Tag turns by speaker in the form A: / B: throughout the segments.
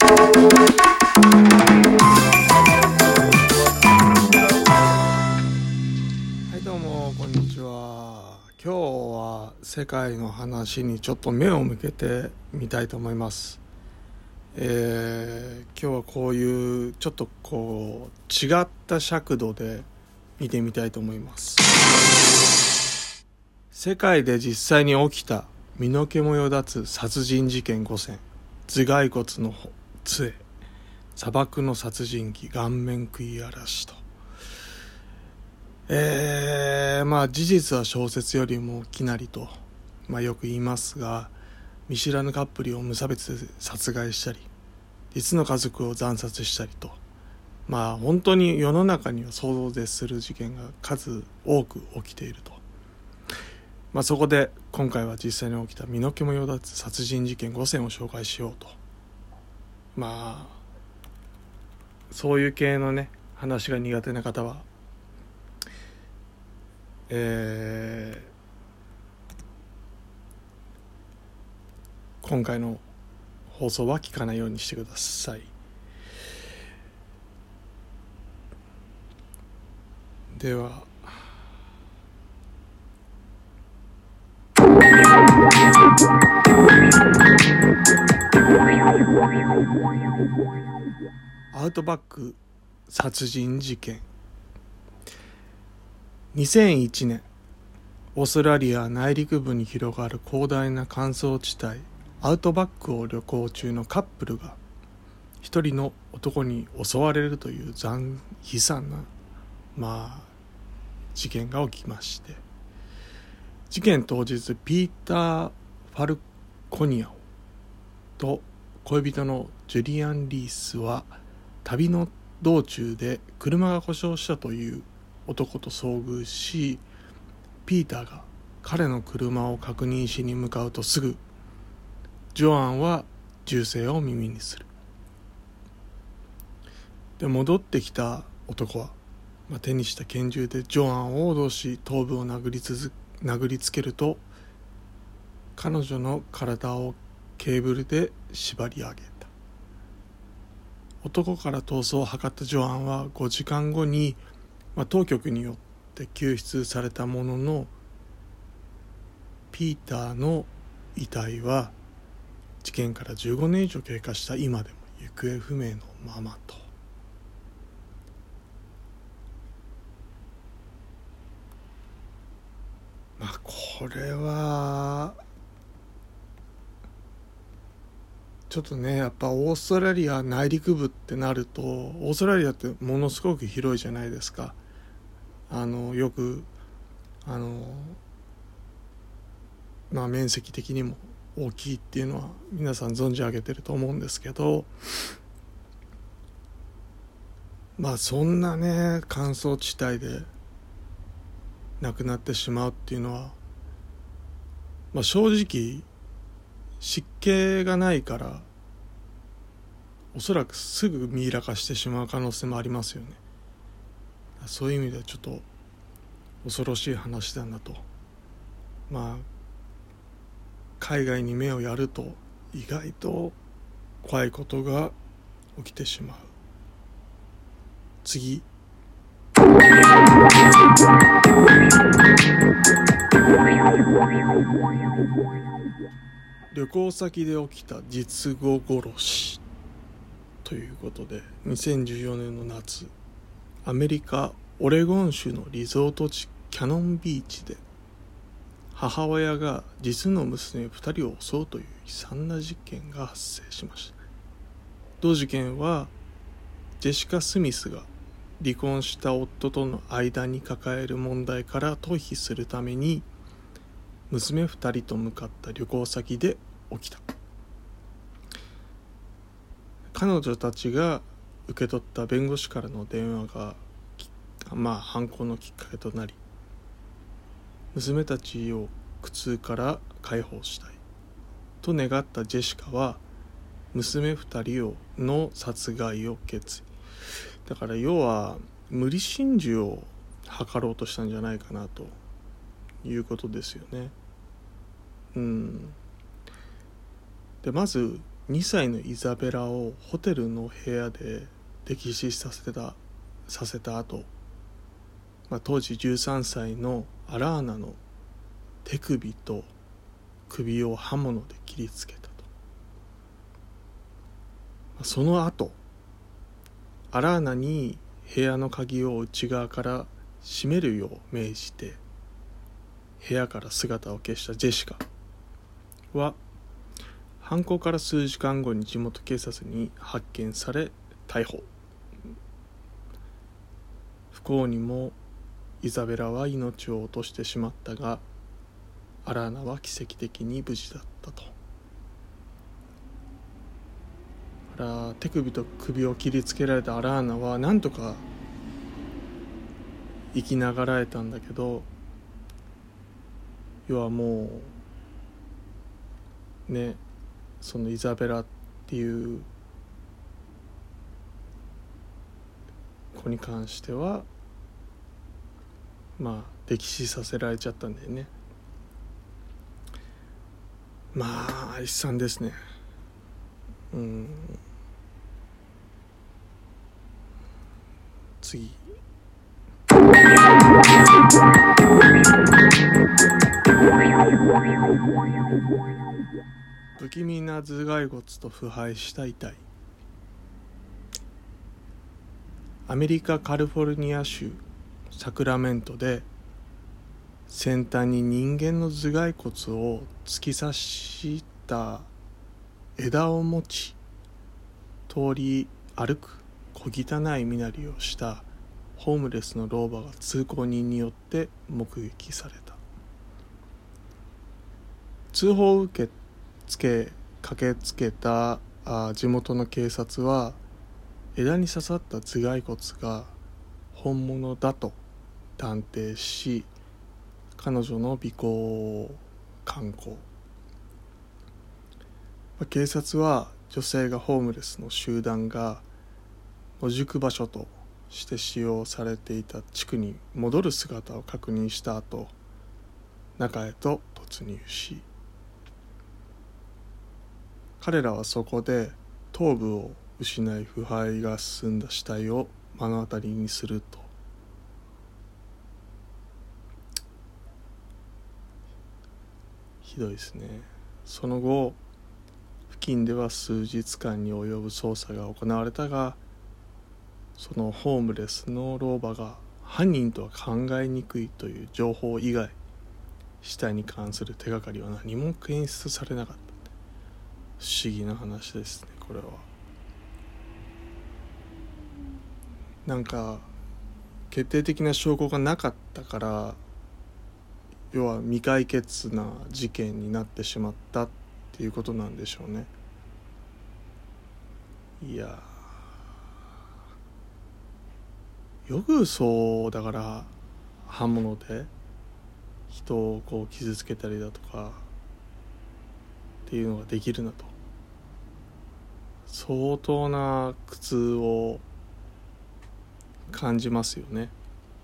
A: はいどうもこんにちは。今日は世界の話にちょっと目を向けてみたいと思います。今日はこういうちょっとこう違った尺度で見てみたいと思います。世界で実際に起きた身の毛もよだつ殺人事件5選、頭蓋骨の杖、砂漠の殺人鬼、顔面食い荒らしと、事実は小説よりもきなりと、よく言いますが、見知らぬカップルを無差別で殺害したり、実の家族を惨殺したりと、本当に世の中には想像を絶する事件が数多く起きていると。そこで今回は実際に起きた身の毛もよだつ殺人事件5選を紹介しようと。そういう系のね話が苦手な方は今回の放送は聞かないようにしてください。ではアウトバック殺人事件。2001年、オーストラリア内陸部に広がる広大な乾燥地帯アウトバックを旅行中のカップルが一人の男に襲われるという悲惨な事件が起きまして、事件当日ピーター・ファルコニアオと恋人のジュリアン・リースは旅の道中で車が故障したという男と遭遇し、ピーターが彼の車を確認しに向かうとすぐジョアンは銃声を耳にする。で戻ってきた男は、手にした拳銃でジョアンを脅し頭部を殴りつけると、彼女の体をケーブルで縛り上げた。男から逃走を図ったジョアンは5時間後に、当局によって救出されたものの、ピーターの遺体は事件から15年以上経過した今でも行方不明のままと。これはちょっとね、やっぱオーストラリア内陸部ってなると、オーストラリアってものすごく広いじゃないですか。よく面積的にも大きいっていうのは皆さん存じ上げてると思うんですけど、そんなね乾燥地帯で亡くなってしまうっていうのは、正直湿気がないからおそらくすぐミイラ化してしまう可能性もありますよね。そういう意味ではちょっと恐ろしい話だなと。海外に目をやると意外と怖いことが起きてしまう。次。旅行先で起きた実母殺しということで、2014年の夏、アメリカオレゴン州のリゾート地キャノンビーチで母親が実の娘2人を襲うという悲惨な事件が発生しました。同事件はジェシカ・スミスが離婚した夫との間に抱える問題から逃避するために娘2人と向かった旅行先で起きた。彼女たちが受け取った弁護士からの電話が犯行のきっかけとなり、娘たちを苦痛から解放したいと願ったジェシカは娘2人の殺害を決意。だから要は無理心中を図ろうとしたんじゃないかなということですよね。でまず 2歳のイザベラをホテルの部屋で溺死させた後、当時13歳のアラーナの手首と首を刃物で切りつけたと。その後、アラーナに部屋の鍵を内側から閉めるよう命じて部屋から姿を消したジェシカは犯行から数時間後に地元警察に発見され逮捕。不幸にもイザベラは命を落としてしまったが、アラーナは奇跡的に無事だったと。手首と首を切りつけられたアラーナはなんとか生きながらえたんだけど、要はもうね、そのイザベラっていう子に関しては溺死させられちゃったんだよね。悲惨ですね。次、不気味な頭蓋骨と腐敗した遺体。アメリカカリフォルニア州サクラメントで先端に人間の頭蓋骨を突き刺した枝を持ち通り歩く小汚い身なりをしたホームレスの老婆が通行人によって目撃された。通報を受け駆けつけた地元の警察は枝に刺さった頭蓋骨が本物だと断定し、彼女の尾行を敢行。警察は女性がホームレスの集団が野宿場所として使用されていた地区に戻る姿を確認した後、中へと突入し、彼らはそこで頭部を失い腐敗が進んだ死体を目の当たりにすると、ひどいですね。その後付近では数日間に及ぶ捜査が行われたが、そのホームレスの老婆が犯人とは考えにくいという情報以外、死体に関する手がかりは何も検出されなかった。不思議な話ですね、これは。決定的な証拠がなかったから、要は未解決な事件になってしまったっていうことなんでしょうね。いや、よくそうだから刃物で人を傷つけたりだとかっていうのができるなと。相当な苦痛を感じますよね。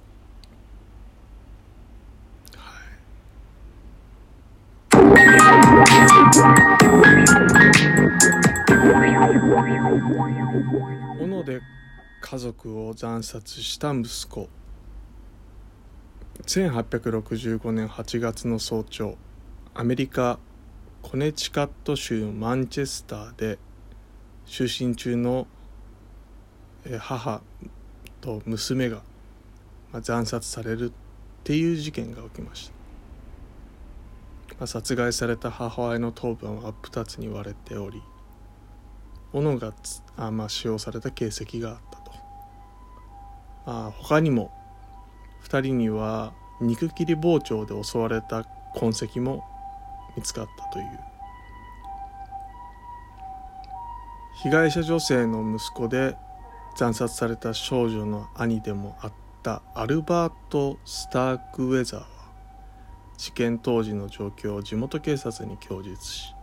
A: 斧で家族を惨殺した息子。1865年8月の早朝、アメリカコネチカット州マンチェスターで就寝中の母と娘が惨殺されるっていう事件が起きました。殺害された母親の頭部は真っ二つに割れており、斧が使用された形跡があったと。他にも2人には肉切り包丁で襲われた痕跡も見つかったという。被害者女性の息子で惨殺された少女の兄でもあったアルバート・スタークウェザーは事件当時の状況を地元警察に供述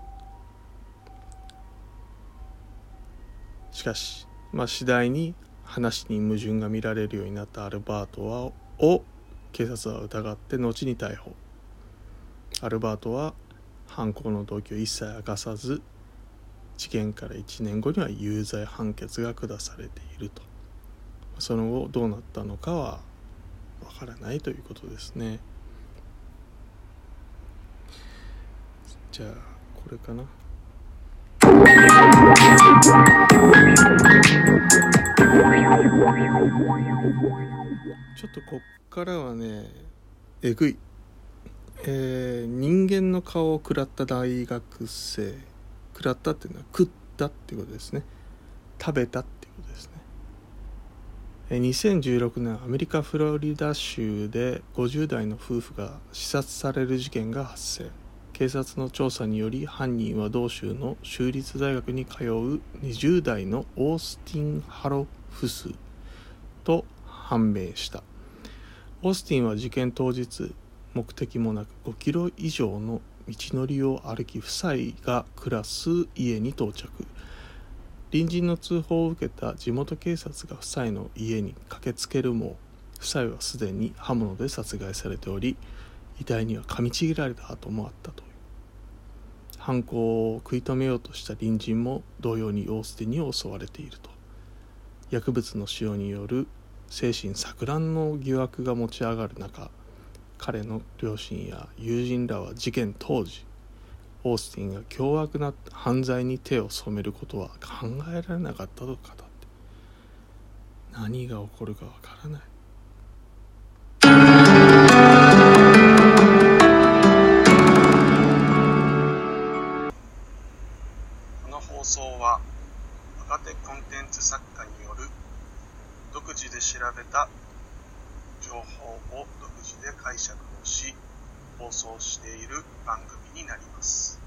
A: しかし、次第に話に矛盾が見られるようになったアルバートを警察は疑って後に逮捕。アルバートは犯行の動機を一切明かさず事件から1年後には有罪判決が下されていると。その後どうなったのかはわからないということですね。じゃあこれかな。ちょっとこっからはねえぐい、人間の顔を食らった大学生、食らったっていうのは食ったっていうことですね。食べたっていうことですね。2016年アメリカフロリダ州で50代の夫婦が刺殺される事件が発生。警察の調査により犯人は同州の州立大学に通う20代のオースティン・ハロフスと判明した。オースティンは事件当日目的もなく5キロ以上の道のりを歩き夫妻が暮らす家に到着。隣人の通報を受けた地元警察が夫妻の家に駆けつけるも夫妻はすでに刃物で殺害されており、遺体には噛みちぎられた跡もあったという。犯行を食い止めようとした隣人も同様にオースティンに襲われていると。薬物の使用による精神錯乱の疑惑が持ち上がる中、彼の両親や友人らは事件当時オースティンが凶悪な犯罪に手を染めることは考えられなかったと語って、何が起こるかわからない。
B: この放送は若手コンテンツ作家による独自で調べた情報を独自で解釈をし放送している番組になります。